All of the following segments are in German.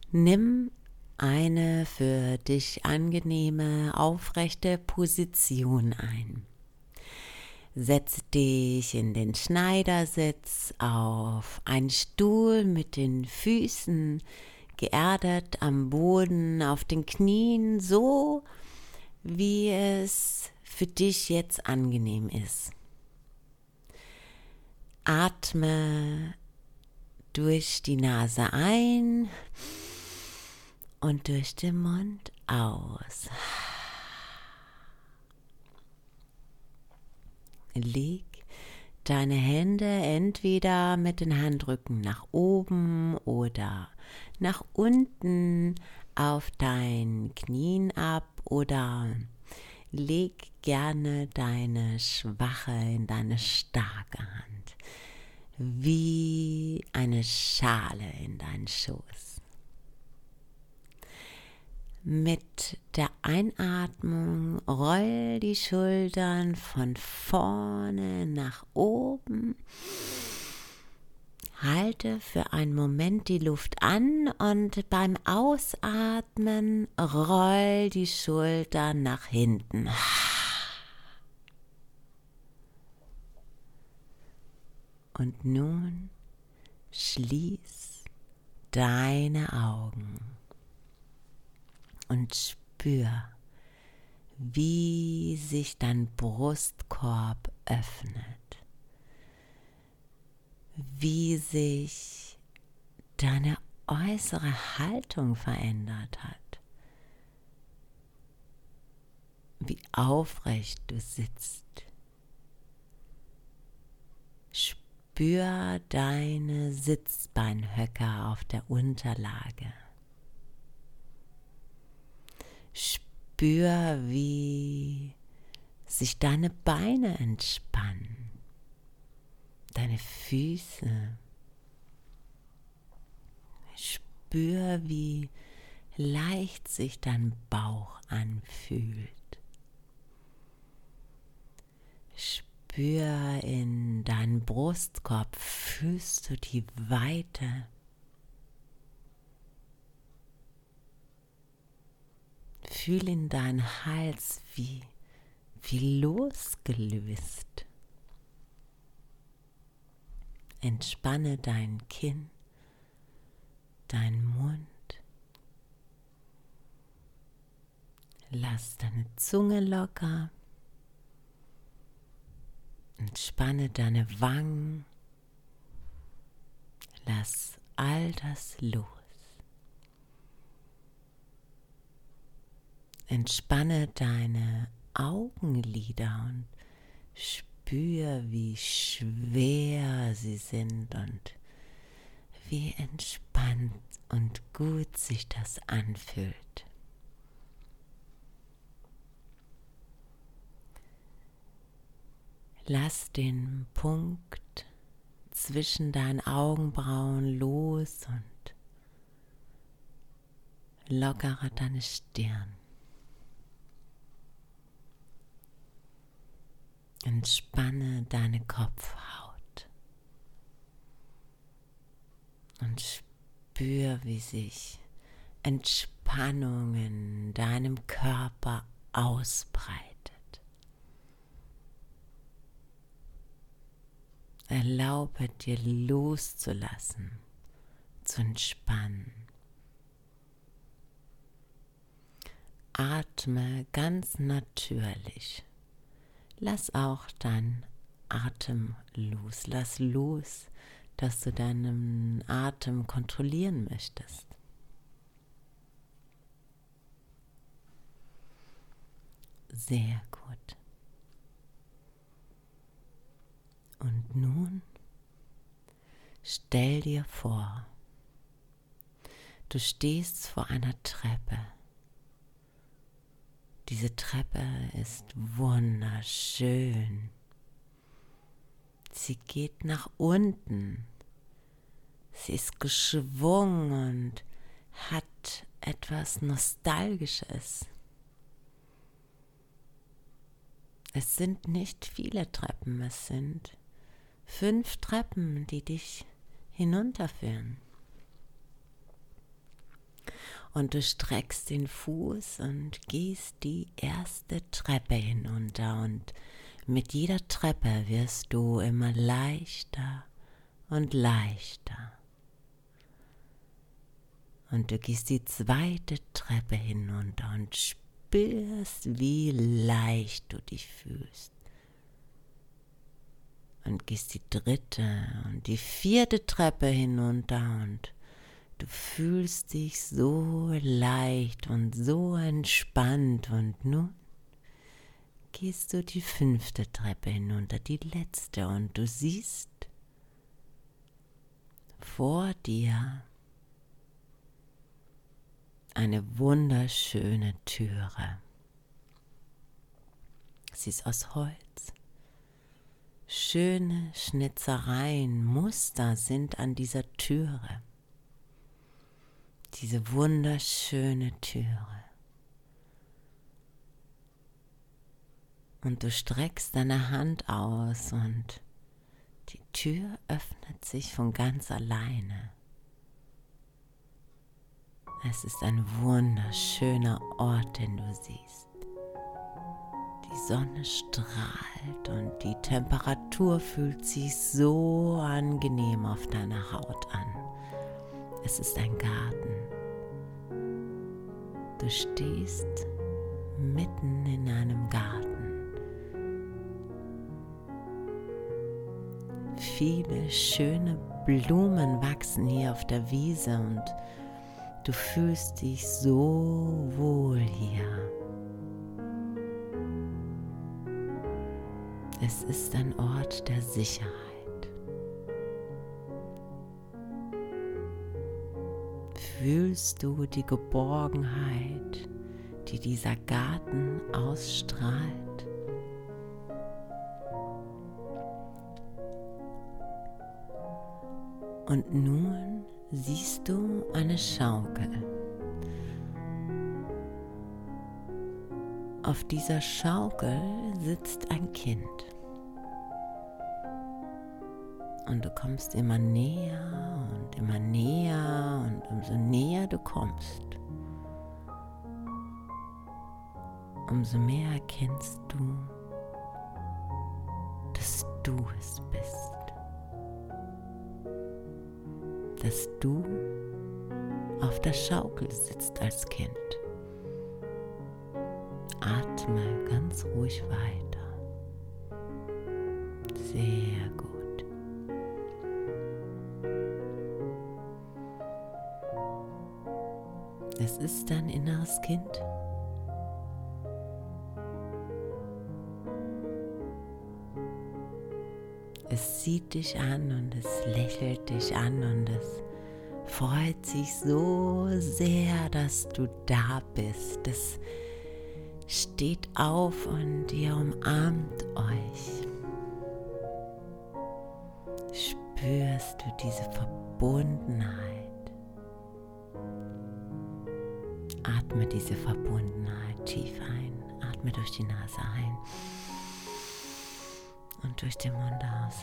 Nimm eine für dich angenehme, aufrechte Position ein. Setze dich in den Schneidersitz auf einen Stuhl mit den Füßen geerdet am Boden, auf den Knien, so wie es für dich jetzt angenehm ist. Atme durch die Nase ein und durch den Mund aus. Leg deine Hände entweder mit den Handrücken nach oben oder nach unten auf deinen Knien ab oder leg gerne deine schwache in deine starke Hand, wie eine Schale in deinen Schoß. Mit der Einatmung roll die Schultern von vorne nach oben. Halte für einen Moment die Luft an und beim Ausatmen roll die Schultern nach hinten. Und nun schließ deine Augen und spür, wie sich dein Brustkorb öffnet, wie sich deine äußere Haltung verändert hat, wie aufrecht du sitzt. Spür deine Sitzbeinhöcker auf der Unterlage. Spür, wie sich deine Beine entspannen, deine Füße. Spür, wie leicht sich dein Bauch anfühlt. Spür in deinen Brustkorb, fühlst du die Weite. Fühl in deinen Hals, wie losgelöst. Entspanne dein Kinn, deinen Mund. Lass deine Zunge locker. Entspanne deine Wangen. Lass all das los. Entspanne deine Augenlider und spür, wie schwer sie sind und wie entspannt und gut sich das anfühlt. Lass den Punkt zwischen deinen Augenbrauen los und lockere deine Stirn. Entspanne deine Kopfhaut und spür, wie sich Entspannung in deinem Körper ausbreitet. Erlaube dir loszulassen, zu entspannen. Atme ganz natürlich. Lass auch deinen Atem los. Lass los, dass du deinen Atem kontrollieren möchtest. Sehr gut. Und nun stell dir vor, du stehst vor einer Treppe. Diese Treppe ist wunderschön. Sie geht nach unten. Sie ist geschwungen und hat etwas Nostalgisches. Es sind nicht viele Treppen, es sind 5 Treppen, die dich hinunterführen. Und du streckst den Fuß und gehst die erste Treppe hinunter und mit jeder Treppe wirst du immer leichter und leichter. Und du gehst die zweite Treppe hinunter und spürst, wie leicht du dich fühlst. Und gehst die dritte und die vierte Treppe hinunter und du fühlst dich so leicht und so entspannt. Und nun gehst du die fünfte Treppe hinunter, die letzte, und du siehst vor dir eine wunderschöne Türe. Sie ist aus Holz. Schöne Schnitzereien, Muster sind an dieser Türe. Diese wunderschöne Türe. Und du streckst deine Hand aus und die Tür öffnet sich von ganz alleine. Es ist ein wunderschöner Ort, den du siehst. Die Sonne strahlt und die Temperatur fühlt sich so angenehm auf deiner Haut an. Es ist ein Garten. Du stehst mitten in einem Garten. Viele schöne Blumen wachsen hier auf der Wiese und du fühlst dich so wohl hier. Es ist ein Ort der Sicherheit. Fühlst du die Geborgenheit, die dieser Garten ausstrahlt? Und nun siehst du eine Schaukel. Auf dieser Schaukel sitzt ein Kind. Und du kommst immer näher und umso näher du kommst, umso mehr erkennst du, dass du es bist. Dass du auf der Schaukel sitzt als Kind. Atme ganz ruhig weiter. Sehr gut. Es ist dein inneres Kind. Es sieht dich an und es lächelt dich an und es freut sich so sehr, dass du da bist. Es steht auf und ihr umarmt euch. Spürst du diese Verbundenheit? Atme diese Verbundenheit tief ein. Atme durch die Nase ein und durch den Mund aus.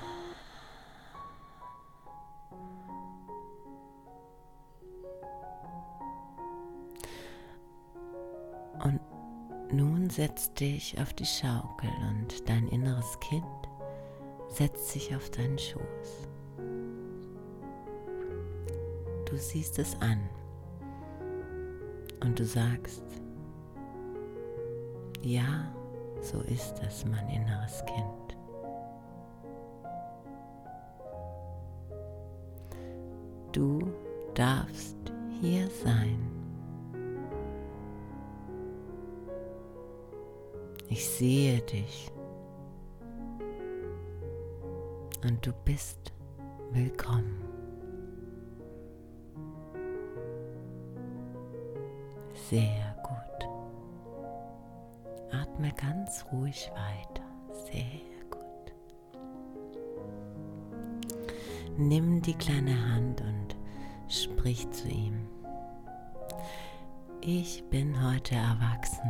Und nun setz dich auf die Schaukel und dein inneres Kind setzt sich auf deinen Schoß. Du siehst es an und du sagst, ja, so ist es, mein inneres Kind. Du darfst hier sein. Ich sehe dich und du bist willkommen. Sehr gut. Atme ganz ruhig weiter. Sehr gut. Nimm die kleine Hand und sprich zu ihm. Ich bin heute erwachsen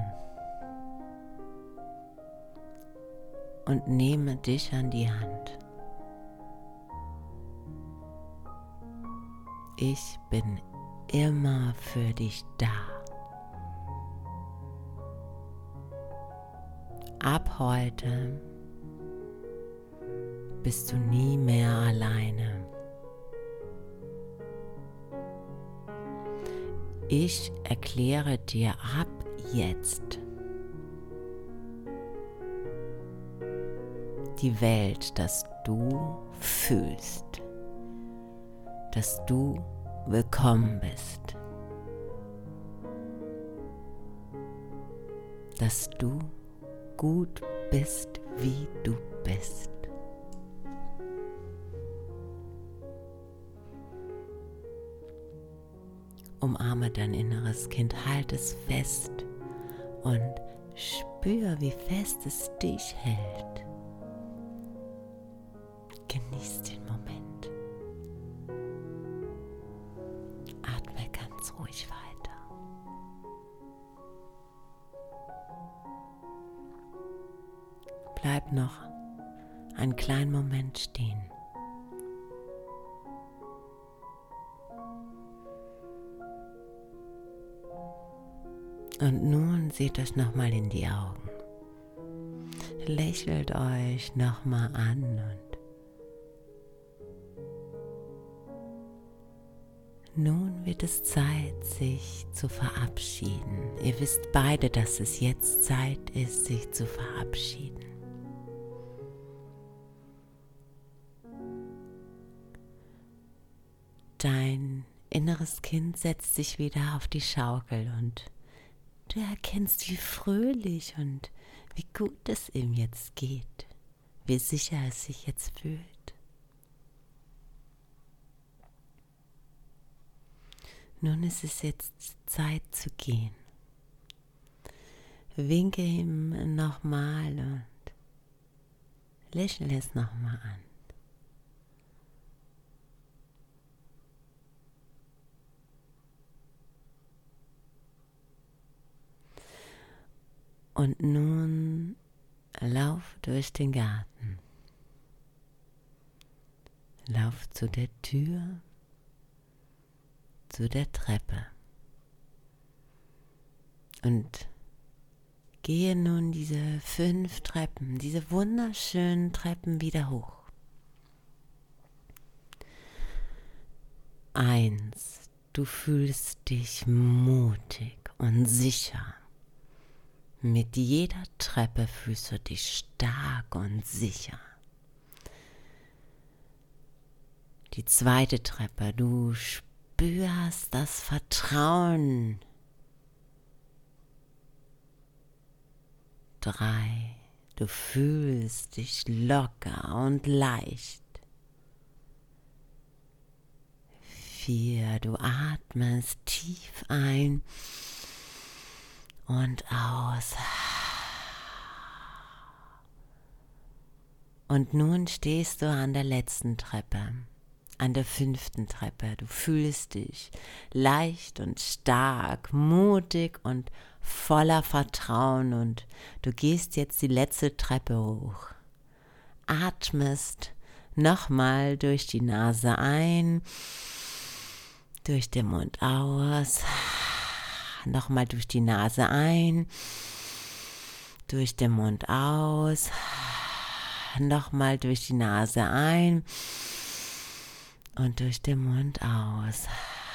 und nehme dich an die Hand. Ich bin immer für dich da. Ab heute bist du nie mehr alleine. Ich erkläre dir ab jetzt die Welt, dass du fühlst, dass du willkommen bist, dass du gut bist, wie du bist. Umarme dein inneres Kind, halt es fest und spür, wie fest es dich hält. Genieß den Moment. Atme ganz ruhig weiter. Bleib noch einen kleinen Moment stehen. Und nun seht euch nochmal in die Augen. Lächelt euch nochmal an und nun wird es Zeit, sich zu verabschieden. Ihr wisst beide, dass es jetzt Zeit ist, sich zu verabschieden. Dein inneres Kind setzt sich wieder auf die Schaukel und du erkennst, wie fröhlich und wie gut es ihm jetzt geht, wie sicher es sich jetzt fühlt. Nun ist es jetzt Zeit zu gehen. Winke ihm nochmal und lächle es nochmal an. Und nun lauf durch den Garten. Lauf zu der Tür, zu der Treppe. Und gehe nun diese 5 Treppen, diese wunderschönen Treppen wieder hoch. 1. Du fühlst dich mutig und sicher. Mit jeder Treppe fühlst du dich stark und sicher. Die 2. Treppe, du spürst das Vertrauen. 3, du fühlst dich locker und leicht. 4, du atmest tief ein und aus. Und nun stehst du an der letzten Treppe, an der 5. Treppe. Du fühlst dich leicht und stark, mutig und voller Vertrauen und du gehst jetzt die letzte Treppe hoch. Atmest nochmal durch die Nase ein, durch den Mund aus. Nochmal durch die Nase ein, durch den Mund aus, nochmal durch die Nase ein und durch den Mund aus.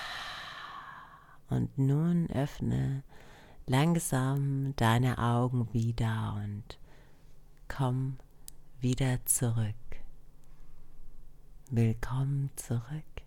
Und nun öffne langsam deine Augen wieder und komm wieder zurück. Willkommen zurück